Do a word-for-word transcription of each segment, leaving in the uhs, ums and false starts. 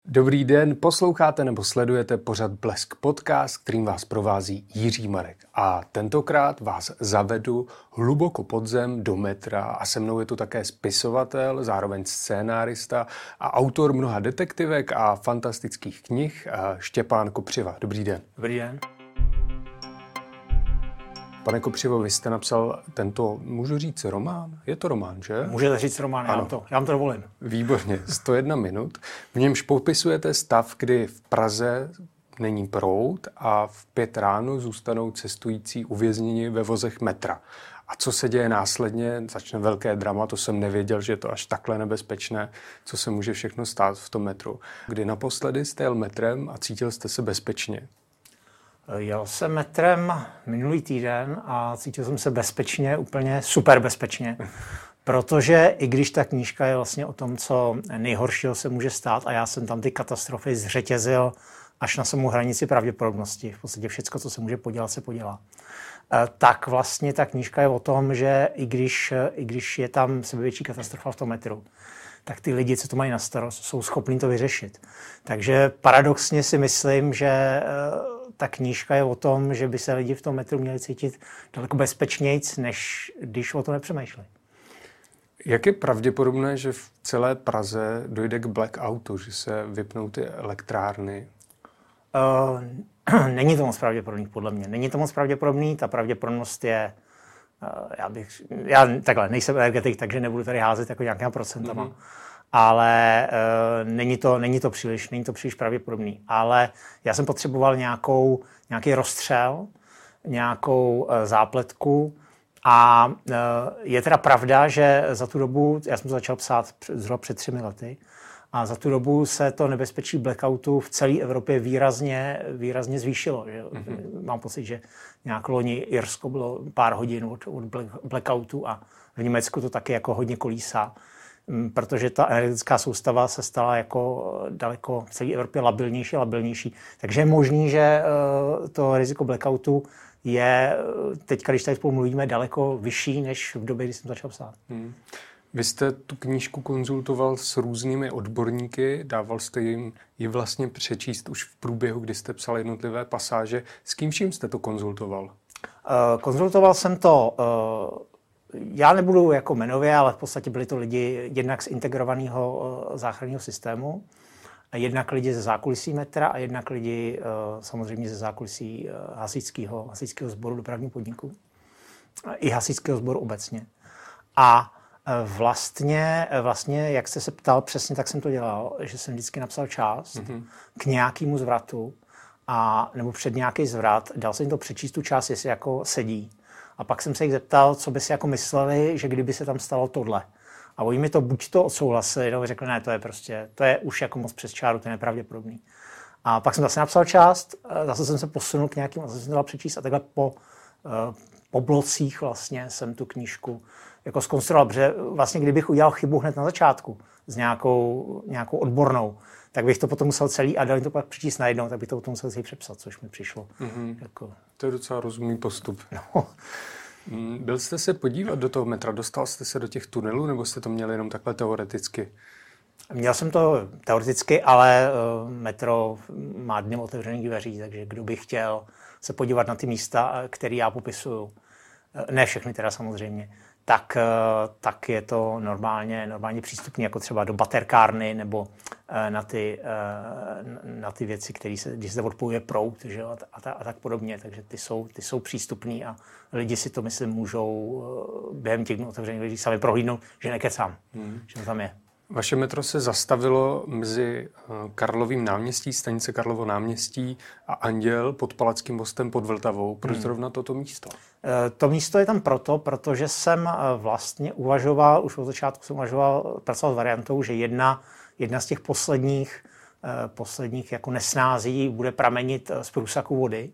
Dobrý den, posloucháte nebo sledujete pořad Blesk podcast, kterým vás provází Jiří Marek. A tentokrát vás zavedu hluboko pod zem do metra a se mnou je tu také spisovatel, zároveň scénárista a autor mnoha detektivek a fantastických knih Štěpán Kopřiva. Dobrý den. Dobrý den. Pane Kopřivo, vy jste napsal tento, můžu říct, román? Je to román, že? Můžete říct román, já vám to, já vám to dovolím. Výborně, sto jedna minut. V němž popisujete stav, kdy v Praze není proud a v pět ráno zůstanou cestující uvězněni ve vozech metra. A co se děje následně? Začne velké drama, to jsem nevěděl, že je to až takhle nebezpečné, co se může všechno stát v tom metru. Kdy naposledy jste jel metrem a cítil jste se bezpečně? Jel jsem metrem minulý týden a cítil jsem se bezpečně, úplně super bezpečně. Protože i když ta knížka je vlastně o tom, co nejhoršího se může stát a já jsem tam ty katastrofy zřetězil až na samou hranici pravděpodobnosti. V podstatě všecko, co se může podělat, se podělá. Tak vlastně ta knížka je o tom, že i když, i když je tam sebevětší katastrofa v tom metru, tak ty lidi, co to mají na starost, jsou schopní to vyřešit. Takže paradoxně si myslím, že ta knížka je o tom, že by se lidi v tom metru měli cítit daleko bezpečnějc, než když o to nepřemýšlí. Jak je pravděpodobné, že v celé Praze dojde k blackoutu, že se vypnou ty elektrárny? Uh, není to moc pravděpodobný, podle mě. Není to moc pravděpodobný, ta pravděpodobnost je, uh, já bych, já takhle, nejsem energetik, takže nebudu tady házet jako nějakýma procentama. Mm-hmm. Ale uh, není, to, není to příliš, není to příliš pravděpodobný. Ale já jsem potřeboval nějakou, nějaký rozstřel, nějakou uh, zápletku a uh, je teda pravda, že za tu dobu, já jsem to začal psát zhruba před třemi lety, a za tu dobu se to nebezpečí blackoutu v celé Evropě výrazně, výrazně zvýšilo. Že? Mm-hmm. Mám pocit, že nějak loni Irsko bylo pár hodin od, od blackoutu a v Německu to taky jako hodně kolísá. Protože ta energetická soustava se stala jako daleko v celé Evropě labilnější a labilnější. Takže je možný, že to riziko blackoutu je teď, když tady spolu mluvíme, daleko vyšší, než v době, kdy jsem začal psát. Hmm. Vy jste tu knížku konzultoval s různými odborníky, dával jste jim ji vlastně přečíst už v průběhu, kdy jste psal jednotlivé pasáže. S kým vším jste to konzultoval? Uh, konzultoval jsem to... Uh, Já nebudu jako jmenově, ale v podstatě byli to lidi jednak z integrovaného záchranného systému, jednak lidi ze zákulisí metra a jednak lidi samozřejmě ze zákulisí hasičského, hasičského sboru dopravního podniku i hasičského sboru obecně. A vlastně, vlastně, jak jste se ptal, přesně tak jsem to dělal, že jsem vždycky napsal část mm-hmm. k nějakému zvratu a nebo před nějaký zvrat, dal jsem to přečíst tu část, jestli jako sedí. A pak jsem se jich zeptal, co by si jako mysleli, že kdyby se tam stalo tohle. A oni mi to buď to odsouhlasili, nebo řekli, ne, to je prostě, to je už jako moc přes čáru, to je nepravděpodobný. A pak jsem zase napsal část, zase jsem se posunul k nějakým, zase jsem to dal přečíst a takhle po, po blocích vlastně jsem tu knížku jako zkonstruoval, protože vlastně kdybych udělal chybu hned na začátku s nějakou, nějakou odbornou, tak bych to potom musel celý a dal to pak přečíst najednou, tak bych to potom musel celý přepsat, což mi přišlo. Mm-hmm. Jako... To je docela rozumný postup. No. Byl jste se podívat do toho metra? Dostal jste se do těch tunelů, nebo jste to měli jenom takhle teoreticky? Měl jsem to teoreticky, ale uh, metro má dnem otevřených dveří, takže kdo by chtěl se podívat na ty místa, které já popisuju, ne všechny teda samozřejmě, tak, tak je to normálně, normálně přístupné, jako třeba do baterkárny nebo na ty, na ty věci, které se, když se odpojuje proud, že, a, a, a tak podobně. Takže ty jsou, ty jsou přístupný a lidi si to, myslím, můžou během těch dnů otevřených lidí sami prohlídnout, že nekecám, hmm. že to tam je. Vaše metro se zastavilo mezi Karlovým náměstí, stanice Karlovo náměstí a Anděl pod Palackým mostem pod Vltavou. Proč hmm. zrovna toto místo? To místo je tam proto, protože jsem vlastně uvažoval, už od začátku jsem uvažoval, pracoval s variantou, že jedna, jedna z těch posledních, posledních jako nesnází bude pramenit z průsaku vody.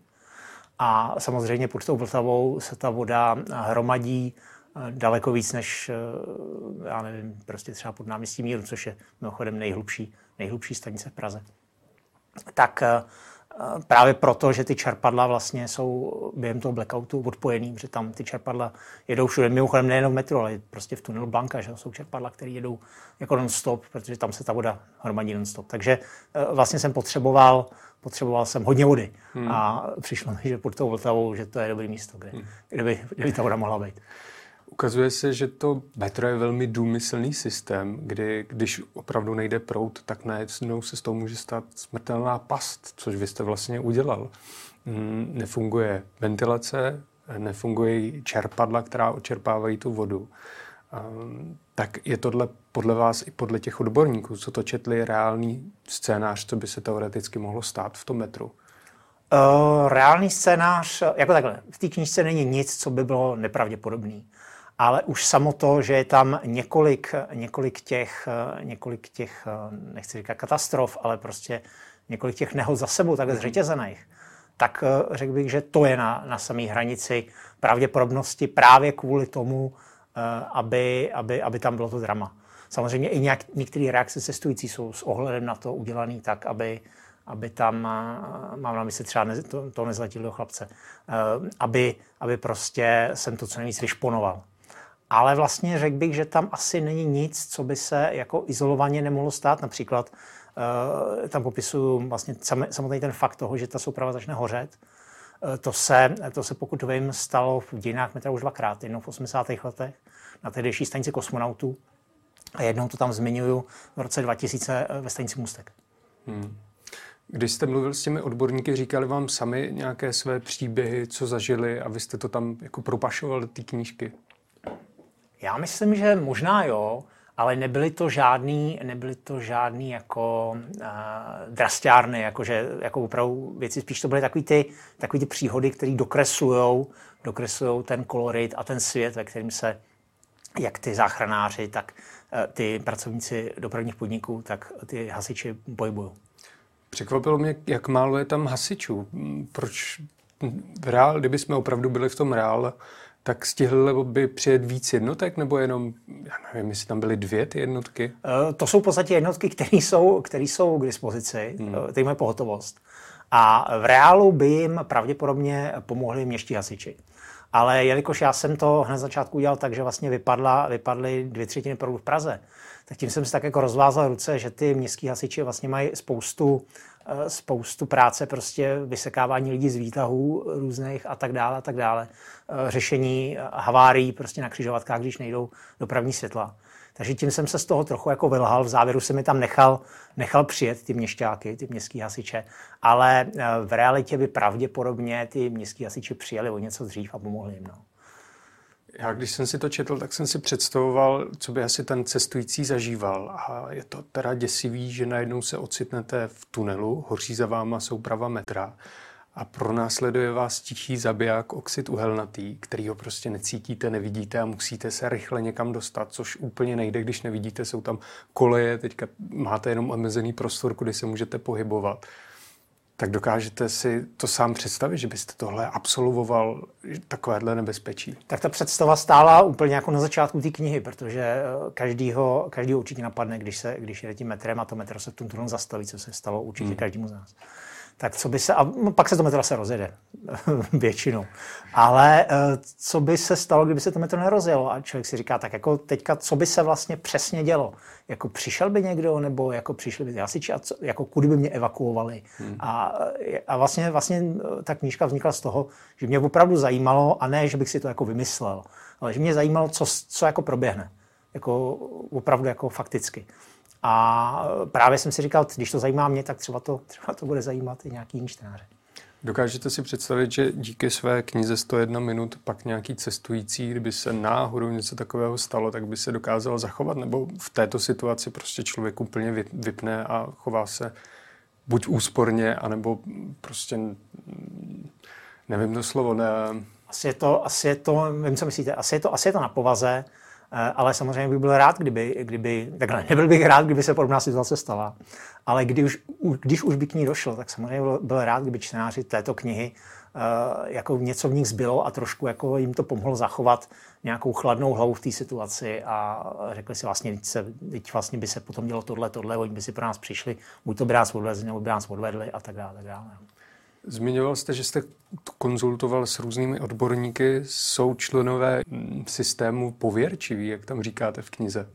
A samozřejmě pod tou Vltavou se ta voda hromadí daleko víc než, já nevím, prostě třeba pod náměstí Míru, což je mimochodem nejhlubší, nejhlubší stanice v Praze. Tak Právě proto, že ty čerpadla vlastně jsou během toho blackoutu odpojený, protože tam ty čerpadla jedou všude. Mimochodem nejenom v metru, ale prostě v tunelu Blanka, že jsou čerpadla, které jedou jako non-stop, protože tam se ta voda hromadí non-stop. Takže vlastně jsem potřeboval, potřeboval jsem hodně vody hmm. a přišlo mi, že pod tou Vltavou, že to je dobré místo, kde, hmm. kde, by, kde by ta voda mohla být. Ukazuje se, že to metro je velmi důmyslný systém, kdy když opravdu nejde proud, tak najednou se z toho může stát smrtelná past, což vy jste vlastně udělal. Nefunguje ventilace, nefungují čerpadla, která odčerpávají tu vodu. Tak je tohle podle vás i podle těch odborníků, co to četli, reálný scénář, co by se teoreticky mohlo stát v tom metru? Uh, reálný scénář, jako takhle, v té knížce není nic, co by bylo nepravděpodobné. Ale už samo to, že je tam několik, několik těch, několik těch, nechci říkat katastrof, ale prostě několik těch nehod za sebou, takhle zřetězených, tak řekl bych, že to je na, na samé hranici pravděpodobnosti právě kvůli tomu, aby, aby, aby tam bylo to drama. Samozřejmě i nějak, některé reakce cestující jsou s ohledem na to udělané tak, aby, aby tam, mám na mysli třeba ne, to, to nezletilého chlapce, aby, aby prostě jsem to co nejvíc vyšponoval. Ale vlastně řekl bych, že tam asi není nic, co by se jako izolovaně nemohlo stát. Například uh, tam popisuju vlastně samotný ten fakt toho, že ta souprava začne hořet. Uh, to, se, to se, pokud vím, stalo v dějinách metra už dvakrát. Jednou v osmdesátých letech na tehdejší stanici kosmonautů a jednou to tam zmiňuju v roce dva tisíce ve stanici Můstek. Hmm. Když jste mluvil s těmi odborníky, říkali vám sami nějaké své příběhy, co zažili a vy jste to tam jako propašoval do té knížky? Já myslím, že možná jo, ale nebyly to žádný, nebyly to žádný jako uh, drastiárny, jakože jako opravdu věci, spíš to byly takový ty, takový ty příhody, které dokreslujou, dokreslujou ten kolorit a ten svět, ve kterém se jak ty záchranáři, tak uh, ty pracovníci dopravních podniků, tak ty hasiči pohybují. Překvapilo mě, jak málo je tam hasičů. Proč v reál, kdyby jsme opravdu byli v tom reále, tak stihli by přijet víc jednotek, nebo jenom, já nevím, jestli tam byly dvě ty jednotky? To jsou v podstatě jednotky, které jsou, které jsou k dispozici, hmm. ty mají pohotovost. A v reálu by jim pravděpodobně pomohli městští hasiči. Ale jelikož já jsem to hned začátku udělal tak, že vlastně vypadla, vypadly dvě třetiny proudu v Praze, tak tím jsem si tak jako rozvázal ruce, že ty městský hasiči vlastně mají spoustu, spoustu práce, prostě vysekávání lidí z výtahů různých a tak dále a tak dále. Řešení havárií prostě na křižovatkách, když nejdou dopravní světla. Takže tím jsem se z toho trochu jako vylhal. V závěru jsem mi tam nechal, nechal přijet ty měšťáky, ty městský hasiče, ale v realitě by pravděpodobně ty městský hasiči přijeli o něco dřív a pomohli jim. No. Já když jsem si to četl, tak jsem si představoval, co by asi ten cestující zažíval. A je to teda děsivý, že najednou se ocitnete v tunelu, hoří za váma souprava metra a pronásleduje vás tichý zabiják oxid uhelnatý, který ho prostě necítíte, nevidíte a musíte se rychle někam dostat, což úplně nejde, když nevidíte, jsou tam koleje, teďka máte jenom omezený prostor, kudy se můžete pohybovat. Tak dokážete si to sám představit, že byste tohle absolvoval, takovéhle nebezpečí? Tak ta představa stála úplně jako na začátku té knihy, protože každýho, každýho určitě napadne, když se, když jede tím metrem a to metro se v tom tunelu zastaví, co se stalo určitě hmm. každému z nás. Tak co by se, a pak se to metro se rozjede, většinou. Ale co by se stalo, kdyby se to metro nerozjelo? A člověk si říká, tak jako teďka, co by se vlastně přesně dělo? Jako přišel by někdo, nebo jako přišli by hasiči, a co, jako kudy by mě evakuovali? Hmm. A, a vlastně, vlastně ta knížka vznikla z toho, že mě opravdu zajímalo, a ne, že bych si to jako vymyslel, ale že mě zajímalo, co, co jako proběhne. Jako opravdu jako fakticky. A právě jsem si říkal, když to zajímá mě, tak třeba to, třeba to bude zajímat i nějaký jiný čtenáře. Dokážete si představit, že díky své knize sto jedna minut pak nějaký cestující, kdyby se náhodou něco takového stalo, tak by se dokázal zachovat? Nebo v této situaci prostě člověk úplně vypne a chová se buď úsporně, anebo prostě, nevím to slovo, ne... Asi je to, asi je to, vím, co myslíte, asi je to, asi je to na povaze. Ale samozřejmě bych byl rád, kdyby, kdyby takhle, nebyl bych rád, kdyby se podobná situace stala. Ale když už, když už by k ní došlo, tak samozřejmě byl, byl rád, kdyby čtenáři této knihy jako něco v nich zbylo a trošku jako jim to pomohlo zachovat nějakou chladnou hlavu v té situaci a řekli si vlastně, teď, se, teď vlastně by se potom dělo tohle, tohle, oni by si pro nás přišli, buď to by nás odvezli, nebo by nás odvedli a tak dále. Tak dále. Zmiňoval jste, že jste konzultoval s různými odborníky. Jsou členové systému pověrčiví, jak tam říkáte v knize?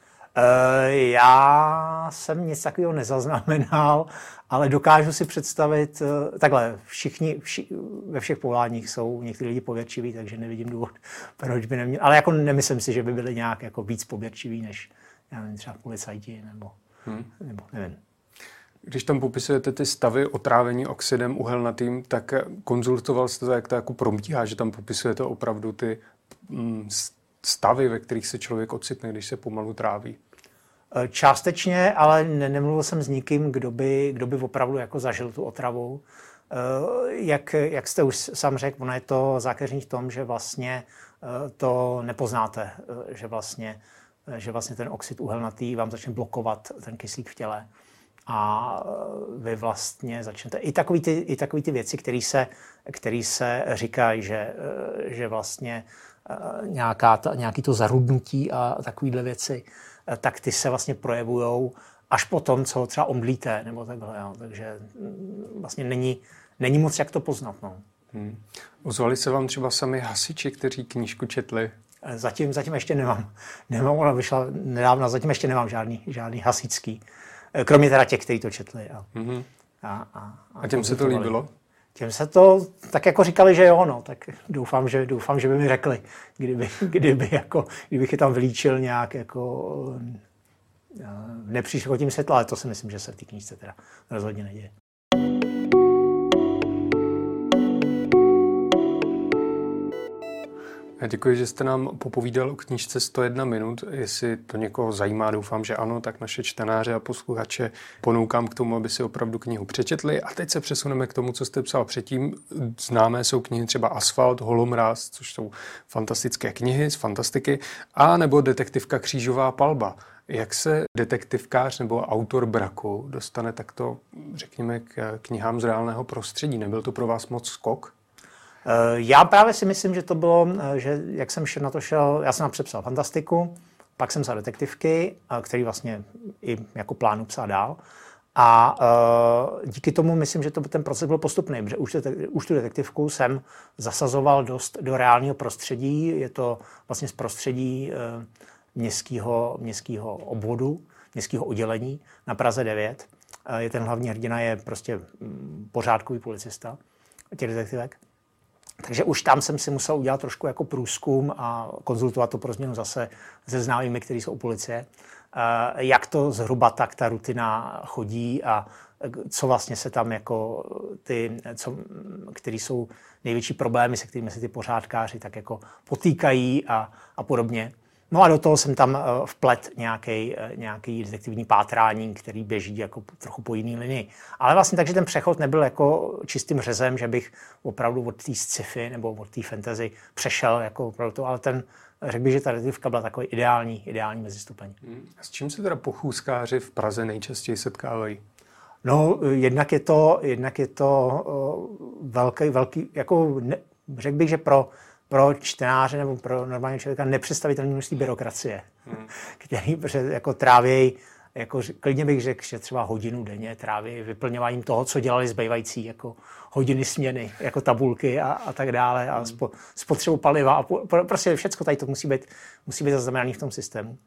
Já jsem nic takového nezaznamenal, ale dokážu si představit, takhle, všichni, vši, ve všech povoláních jsou někteří lidi pověrčiví, takže nevidím důvod, proč by neměli. Ale jako nemyslím si, že by byli nějak jako víc pověrčiví, než já nevím, třeba policajti, nebo, hmm. nebo nevím. Když tam popisujete ty stavy otrávení oxidem uhelnatým, tak konzultoval jste to, jak to jako probíhá, že tam popisujete opravdu ty mm, stavy, ve kterých se člověk ocitne, když se pomalu tráví? Částečně, ale ne, nemluvil jsem s nikým, kdo by, kdo by opravdu jako zažil tu otravu. Jak, jak jste už sám řekl, ono je to zákeřní v tom, že vlastně to nepoznáte, že vlastně, že vlastně ten oxid uhelnatý vám začne blokovat ten kyslík v těle. A vy vlastně začnete i takový ty, i takový ty věci, které se, který se říkají, že, že vlastně nějaká ta, nějaký to zarudnutí a takovýhle věci, tak ty se vlastně projevujou až po tom, co třeba omdlíte, nebo takhle. Jo. Takže vlastně není, není moc, jak to poznat. No. Hmm. Ozvali se vám třeba sami hasiči, kteří knížku četli? Zatím, zatím ještě nemám. nemám. Ona vyšla nedávno, zatím ještě nemám žádný, žádný hasičský. Kromě teda těch, kteří to četli. A, mm-hmm. a, a, a, a těm se to líbilo? Těm se to tak jako říkali, že jo, no, tak doufám, že, doufám, že by mi řekli, kdyby, kdyby jako, kdybych je tam vylíčil nějak jako v nepříškodním světle, ale to si myslím, že se v té knížce teda rozhodně neděje. Já děkuji, že jste nám popovídal o knížce sto jedna minut. Jestli to někoho zajímá, doufám, že ano, tak naše čtenáře a posluchače ponoukám k tomu, aby si opravdu knihu přečetli. A teď se přesuneme k tomu, co jste psal předtím. Známé jsou knihy třeba Asfalt, Holomráz, což jsou fantastické knihy z fantastiky, a nebo detektivka Křížová palba. Jak se detektivkář nebo autor Braku dostane takto, řekněme, k knihám z reálného prostředí? Nebyl to pro vás moc skok? Já právě si myslím, že to bylo, že jak jsem na to šel, já jsem přepsal fantastiku, pak jsem psal detektivky, který vlastně i jako plánu psal dál. A díky tomu myslím, že to, ten proces byl postupný, protože už, už tu detektivku jsem zasazoval dost do reálného prostředí. Je to vlastně z prostředí městského, městského obvodu, městského oddělení na Praze devět. Je ten hlavní hrdina je prostě pořádkový policista těch detektivek. Takže už tam jsem si musel udělat trošku jako průzkum a konzultovat to pro změnu zase se známými, kteří jsou u policie. Jak to zhruba tak ta rutina chodí a co vlastně se tam jako ty, co, který jsou největší problémy, se kterými se ty pořádkáři tak jako potýkají a, a podobně. No a do toho jsem tam vplet nějaký, nějaký detektivní pátrání, který běží jako trochu po jiný linii. Ale vlastně takže ten přechod nebyl jako čistým řezem, že bych opravdu od té sci-fi nebo od té fantasy přešel jako opravdu to, ale ten, řekl bych, že ta detektivka byla takový ideální, ideální mezistupeň. Hmm. S čím se teda pochůzkáři v Praze nejčastěji setkávají? No, jednak je to, jednak je to uh, velký, velký, jako ne, řekl bych, že pro pro čtenáře nebo pro normálního člověka nepředstavitelné množství byrokracie, hmm. který jako trávějí, jako klidně bych řekl, že třeba hodinu denně tráví vyplňováním toho, co dělali zbývající jako hodiny směny, jako tabulky a, a tak dále a spo, spotřebu paliva a po, prostě všechno tady to musí být, musí být zaznamenané v tom systému.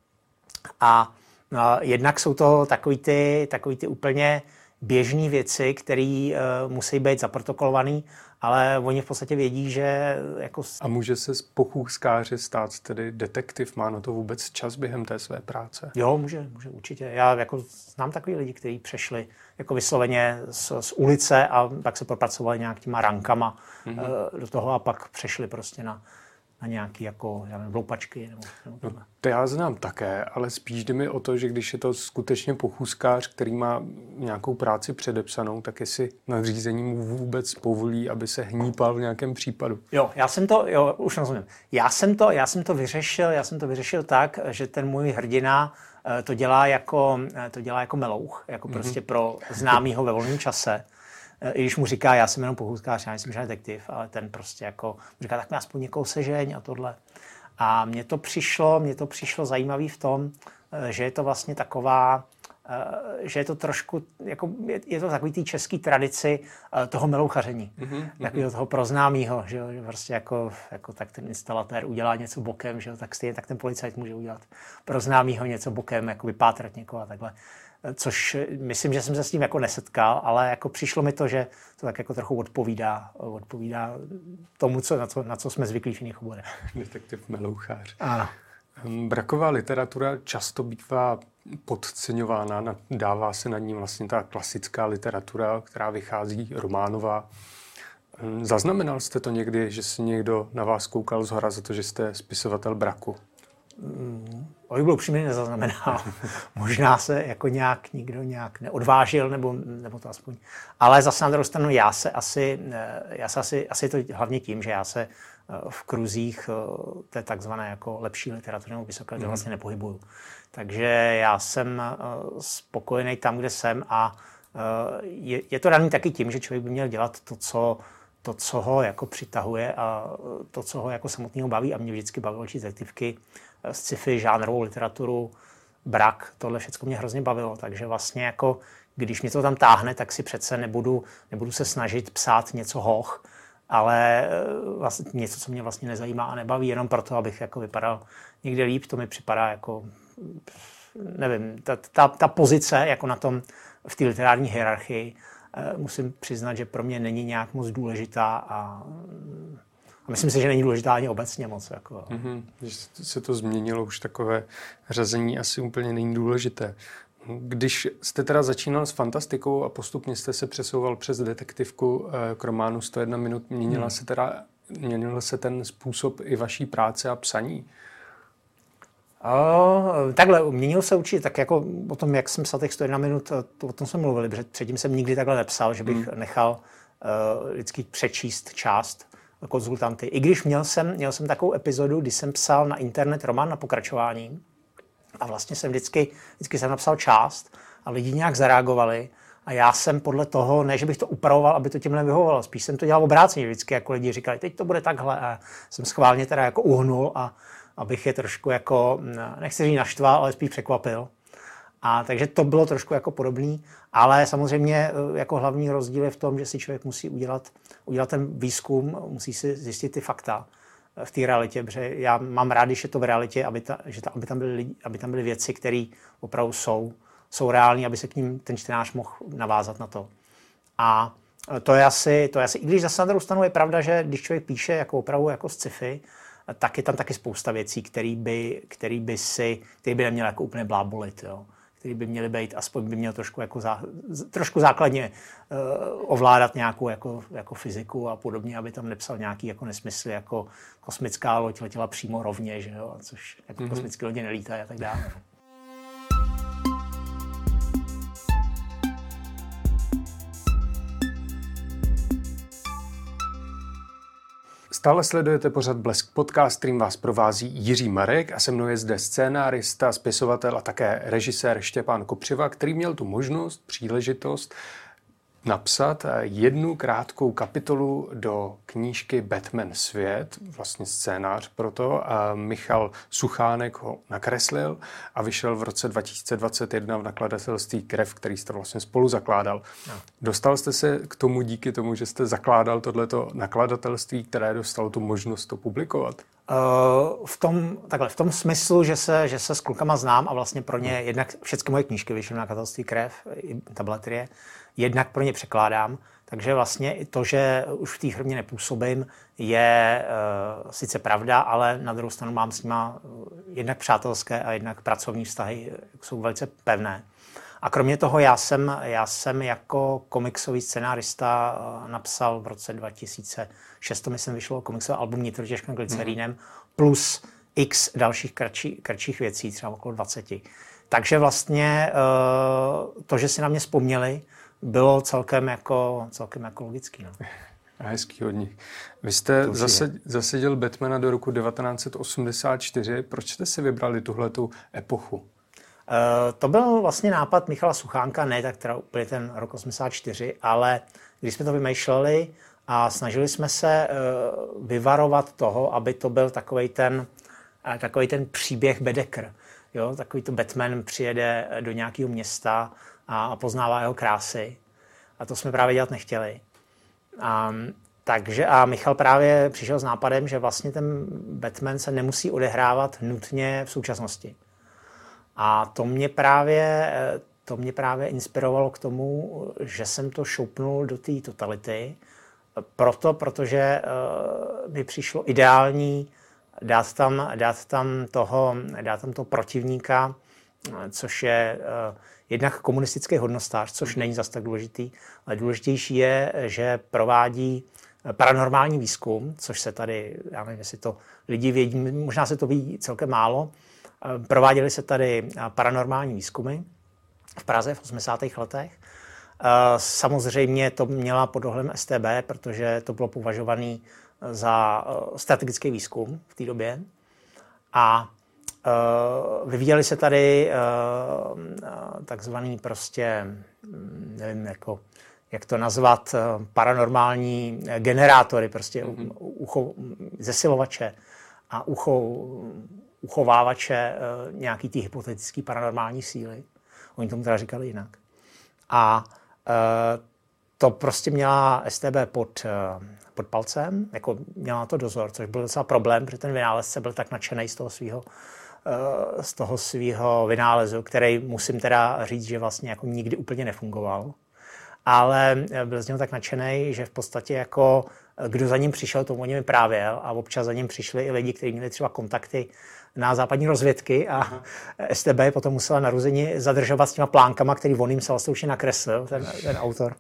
A no, jednak jsou to takový ty, takový ty úplně běžné věci, které uh, musí být zaprotokolované, ale oni v podstatě vědí, že jako... A může se z pochůzkáře stát tedy detektiv? Má na to vůbec čas během té své práce? Jo, může, může určitě. Já jako znám takový lidi, kteří přešli jako vysloveně z, z ulice a pak se propracovali nějak těma rankama mm-hmm. uh, do toho a pak přešli prostě na, na nějaký jako, já nevím, loupačky. Nebo, nebo no, to já znám také, ale spíš jde mi o to, že když je to skutečně pochůzkář, který má nějakou práci předepsanou, tak jestli nadřízení mu vůbec povolí, aby se hnípal v nějakém případu. Jo, já jsem to, jo, už rozumím. Já jsem to, já jsem to vyřešil, já jsem to vyřešil tak, že ten můj hrdina to dělá jako, to dělá jako melouch, jako mm-hmm. prostě pro známýho ve volném čase. I když mu říká, já jsem jenom pochůzkář, já nejsem žádný detektiv, ale ten prostě jako říká, tak mi aspoň někoho sežeň a tohle. A mně to přišlo, mně to přišlo zajímavý v tom, že je to vlastně taková, že je to trošku, jako je to takový té české tradici toho melouchaření. Mm-hmm. Takového toho proznámýho, že, že prostě jako, jako tak ten instalatér udělá něco bokem, že tak stejně tak ten policajt může udělat proznámýho něco bokem, jako vypátrat někoho a takhle. Což myslím, že jsem se s tím jako nesetkal, ale jako přišlo mi to, že to tak jako trochu odpovídá, odpovídá tomu, co, na, co, na co jsme zvyklí v jiných oborech. Detektiv melouchář. Ano. Braková literatura často bývá podceňována, dává se nad ní vlastně ta klasická literatura, která vychází románová. Zaznamenal jste to někdy, že si někdo na vás koukal zhora za to, že jste spisovatel braku? Abych byl upřímně, nezaznamenal. Možná se jako nějak nikdo nějak neodvážil, nebo, nebo to aspoň. Ale zase na druhou stranu já se asi, já se asi, asi to hlavně tím, že já se v kruzích té takzvané jako lepší literatury nebo vysoké mm. vlastně nepohybuju. Takže já jsem spokojený tam, kde jsem a je, je to daný taky tím, že člověk by měl dělat to, co to, co ho jako přitahuje a to, co ho jako samotného baví. A mě vždycky bavilo číst detektivky, sci-fi, žánrovou literaturu, brak, tohle všechno mě hrozně bavilo. Takže vlastně jako, když mě to tam táhne, tak si přece nebudu, nebudu se snažit psát něco hoch, ale vlastně něco, co mě vlastně nezajímá a nebaví, jenom proto, abych jako vypadal někde líp. To mi připadá jako, nevím, ta, ta, ta pozice jako na tom v té literární hierarchii, musím přiznat, že pro mě není nějak moc důležitá a, a myslím si, že není důležitá ani obecně moc. Jako. Mm-hmm. Když se to změnilo, už takové řazení asi úplně není důležité. Když jste teda začínal s fantastikou a postupně jste se přesouval přes detektivku k románu sto jedna minut, měnila hmm. se teda, měnil se ten způsob i vaší práce a psaní? O, takhle, měnil se určitě, tak jako o tom, jak jsem psal těch sto jedna minut, to, o tom jsme mluvili, protože předtím jsem nikdy takhle nepsal, že bych hmm. nechal uh, vždycky přečíst část konzultanty. I když měl jsem, měl jsem takovou epizodu, kdy jsem psal na internet román na pokračování a vlastně jsem vždycky, vždycky jsem napsal část a lidi nějak zareagovali a já jsem podle toho, ne, že bych to upravoval, aby to těmhle vyhovovalo, spíš jsem to dělal obráceně, vždycky jako lidi říkali, teď to bude takhle a jsem schválně teda jako uhnul a abych je trošku jako, nechci říct naštval, ale spíš překvapil. A takže to bylo trošku jako podobný, ale samozřejmě jako hlavní rozdíl je v tom, že si člověk musí udělat, udělat ten výzkum, musí si zjistit ty fakta v té realitě, protože já mám rád, když je to v realitě, aby, ta, že ta, aby, tam, byly, aby tam byly věci, které opravdu jsou, jsou reální, aby se k ním ten čtenář mohl navázat na to. A to je asi, to je asi i když zase na druhou stranu je pravda, že když člověk píše jako opravdu jako sci-fi, tak je tam taky spousta věcí, které by, který by si, který by neměl jako úplně blábolit, jo. Který by měly být, aspoň by měl trošku, jako zá, trošku základně uh, ovládat nějakou jako, jako fyziku a podobně, aby tam nepsal nějaký jako nesmysly, jako kosmická loď letěla přímo rovně, že jo, což jako mm-hmm. kosmické lodě nelítají a tak dále. Stále sledujete pořad Blesk Podcast, kterým vás provází Jiří Marek a se mnou je zde scénárista, spisovatel a také režisér Štěpán Kopřiva, který měl tu možnost, příležitost napsat jednu krátkou kapitolu do knížky Batman svět, vlastně scénář pro to. A Michal Suchánek ho nakreslil a vyšel v roce dva tisíce dvacet jedna v nakladatelství Krev, který jste vlastně spolu zakládal. No. Dostal jste se k tomu díky tomu, že jste zakládal tohleto nakladatelství, které dostalo tu možnost to publikovat? Uh, v tom, takhle, v tom smyslu, že se, že se s klukama znám a vlastně pro ně, no. jednak všechny moje knížky vyšly na nakladatelství Krev, i tabletrie, jednak pro ně překládám, takže vlastně i to, že už v té firmě nepůsobím, je uh, sice pravda, ale na druhou stranu mám s nima jednak přátelské a jednak pracovní vztahy, jsou velice pevné. A kromě toho já jsem, já jsem jako komiksový scenárista napsal v roce dva tisíce šest, to myslím vyšlo komiksové album Nitrotěžkým glycerínem, mm. plus x dalších kratší, kratších věcí, třeba okolo dvacet. Takže vlastně to, že si na mě vzpomněli, bylo celkem jako, celkem jako logický. No. A hezký od nich. Vy jste zase, zaseděl Batmana do roku devatenáct set osmdesát čtyři. Proč jste si vybrali tuhletu epochu? Uh, to byl vlastně nápad Michala Suchánka, ne tak teda úplně ten rok osmdesát čtyři, ale když jsme to vymýšleli a snažili jsme se uh, vyvarovat toho, aby to byl takovej ten, uh, takovej ten příběh Bedecker. Jo? Takový to Batman přijede do nějakého města a poznává jeho krásy. A to jsme právě dělat nechtěli. A, takže a Michal právě přišel s nápadem, že vlastně ten Batman se nemusí odehrávat nutně v současnosti. A to mě právě, to mě právě inspirovalo k tomu, že jsem to šoupnul do té totality. Proto, protože uh, mi přišlo ideální dát tam, dát tam, toho, dát tam toho protivníka, což je uh, jednak komunistický hodnostář, což není zas tak důležitý, ale důležitější je, že provádí paranormální výzkum, což se tady, já nevím, jestli to lidi vědí, možná se to ví celkem málo. Prováděly se tady paranormální výzkumy v Praze v osmdesátých letech. Samozřejmě to měla pod dohledem S T B, protože to bylo považované za strategický výzkum v té době. A Uh, vyvíjeli se tady uh, uh, takzvaný prostě, nevím, jako, jak to nazvat, uh, paranormální generátory, prostě mm-hmm. ucho, zesilovače a ucho, uchovávače uh, nějaký ty hypotetický paranormální síly. Oni tomu teda říkali jinak. A uh, to prostě měla S T B pod, uh, pod palcem, jako měla na to dozor, což byl docela problém, protože ten vynálezce byl tak nadšený z toho svého z toho svého vynálezu, který musím teda říct, že vlastně jako nikdy úplně nefungoval. Ale byl z něho tak nadšený, že v podstatě jako kdo za ním přišel, tomu o něm vyprávěl a občas za ním přišli i lidi, kteří měli třeba kontakty na západní rozvědky a Aha. S T B potom musela narození zadržovat s těma plánkama, který on jim se vlastně už nakreslil, ten, ten autor.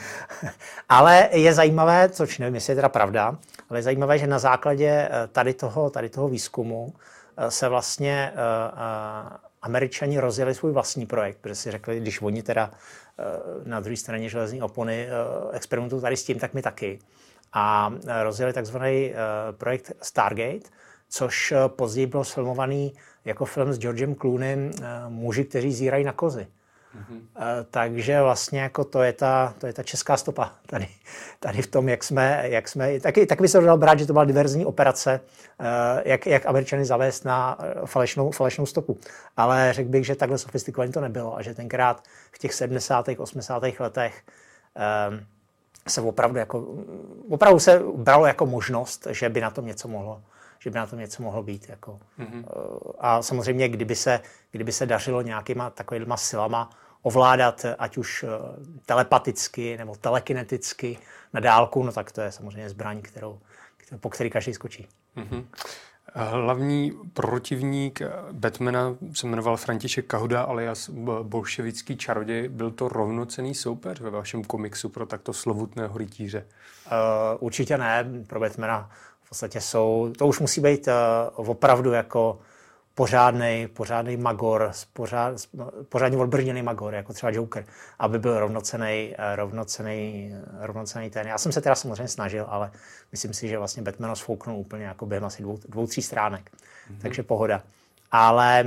Ale je zajímavé, což nevím, jestli je teda pravda, ale je zajímavé, že na základě tady toho, tady toho výzkumu se vlastně uh, uh, Američani rozjeli svůj vlastní projekt, protože si řekli, když oni teda uh, na druhé straně železní opony uh, experimentují tady s tím, tak my taky. A uh, rozjeli takzvaný uh, projekt Stargate, což uh, později bylo sfilmovaný jako film s Georgem Clooneym uh, Muži, kteří zírají na kozy. Mm-hmm. Uh, takže vlastně jako to je ta, to je ta česká stopa tady, tady v tom, jak jsme, jak jsme taky, taky by se dalo brát, že to byla diverzní operace, uh, jak, jak Američany zavést na falešnou, falešnou stopu. Ale řekl bych, že takhle sofistikované to nebylo a že tenkrát v těch sedmdesátých, osmdesátých letech um, se opravdu, jako, opravdu se bralo jako možnost, že by na tom něco mohlo že by na tom něco mohlo být. Jako. Mm-hmm. A samozřejmě, kdyby se, kdyby se dařilo nějakýma takovýma silama ovládat, ať už telepaticky nebo telekineticky na dálku, no tak to je samozřejmě zbraň, kterou, po který každý skočí. Mm-hmm. Hlavní protivník Batmana se jmenoval František Kahuda alias bolševický čaroděj. Byl to rovnocenný soupeř ve vašem komiksu pro takto slovutného rytíře? Uh, určitě ne. Pro Batmana v podstatě jsou, to už musí být uh, opravdu jako pořádnej, pořádnej magor, pořád, pořádně odbrněný magor, jako třeba Joker, aby byl rovnocenný, rovnocenný, rovnocenný ten. Já jsem se teda samozřejmě snažil, ale myslím si, že vlastně Batman sfouknul úplně jako během asi dvou, dvou tří stránek. Mm-hmm. Takže pohoda. Ale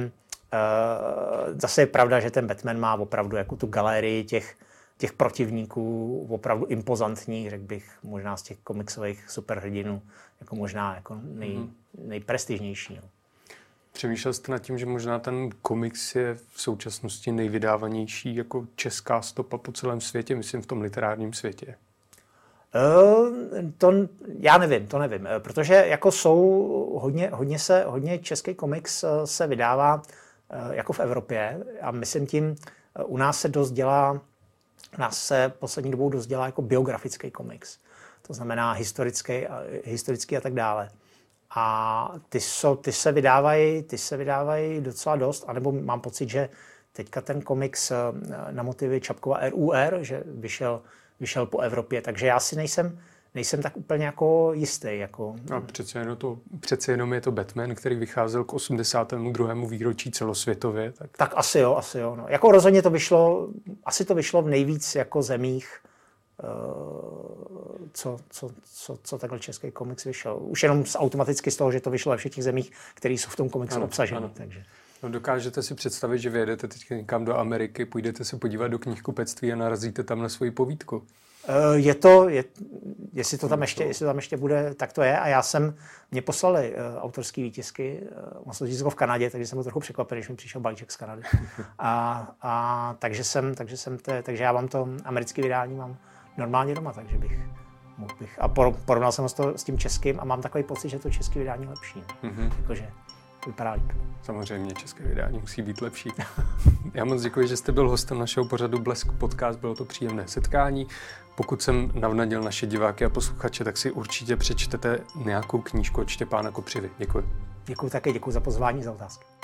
uh, zase je pravda, že ten Batman má opravdu jako tu galerii těch těch protivníků opravdu impozantních, řekl bych, možná z těch komiksových superhrdinů, jako možná jako nej, mm-hmm. nejprestižnější. No. Přemýšlel jste nad tím, že možná ten komiks je v současnosti nejvydávanější jako česká stopa po celém světě, myslím v tom literárním světě? Uh, to, já nevím, to nevím, protože jako jsou hodně, hodně, se, hodně český komiks se vydává uh, jako v Evropě a myslím tím, uh, u nás se dost dělá nás se poslední dobou dost dělá jako biografický komiks. To znamená historický, historický a tak dále. A ty, jsou, ty, se vydávají, ty se vydávají docela dost, anebo mám pocit, že teďka ten komiks na motivy Čapkova R U R, že vyšel, vyšel po Evropě, takže já si nejsem, nejsem tak úplně jako jistý. Jako... A přece jenom, to, přece jenom je to Batman, který vycházel k osmdesátému druhému výročí celosvětově. Tak, tak asi jo, asi jo. No. Jako rozhodně to vyšlo, asi to vyšlo v nejvíc jako zemích, Co, co, co, co takhle český komiks vyšel. Už jenom z, automaticky z toho, že to vyšlo ve všech těch zemích, které jsou v tom komiksu ano, obsaženy. Ano. Takže. No, dokážete si představit, že vyjedete teď někam do Ameriky, půjdete se podívat do knihkupectví a narazíte tam na svoji povídku? Je to, je, jestli, to tam ještě, jestli to tam ještě bude, tak to je. A já jsem, mě poslali uh, autorský výtisky, uh, jsem to v Kanadě, takže jsem byl trochu překvapený, když mi přišel balíček z Kanady. a, a takže jsem, takže jsem, te, takže já mám to americké vydání, mám normálně doma, takže bych mohl bych. A porovnal jsem to s tím českým a mám takový pocit, že to české vydání je lepší. Mm-hmm. Jakože vypadá líp. Samozřejmě české vydání musí být lepší. Já moc děkuji, že jste byl hostem našeho pořadu Blesk Podcast, bylo to příjemné setkání. Pokud jsem navnadil naše diváky a posluchače, tak si určitě přečtete nějakou knížku od Štěpána Kopřivy. Děkuji. Děkuji také, děkuji za pozvání, za otázky.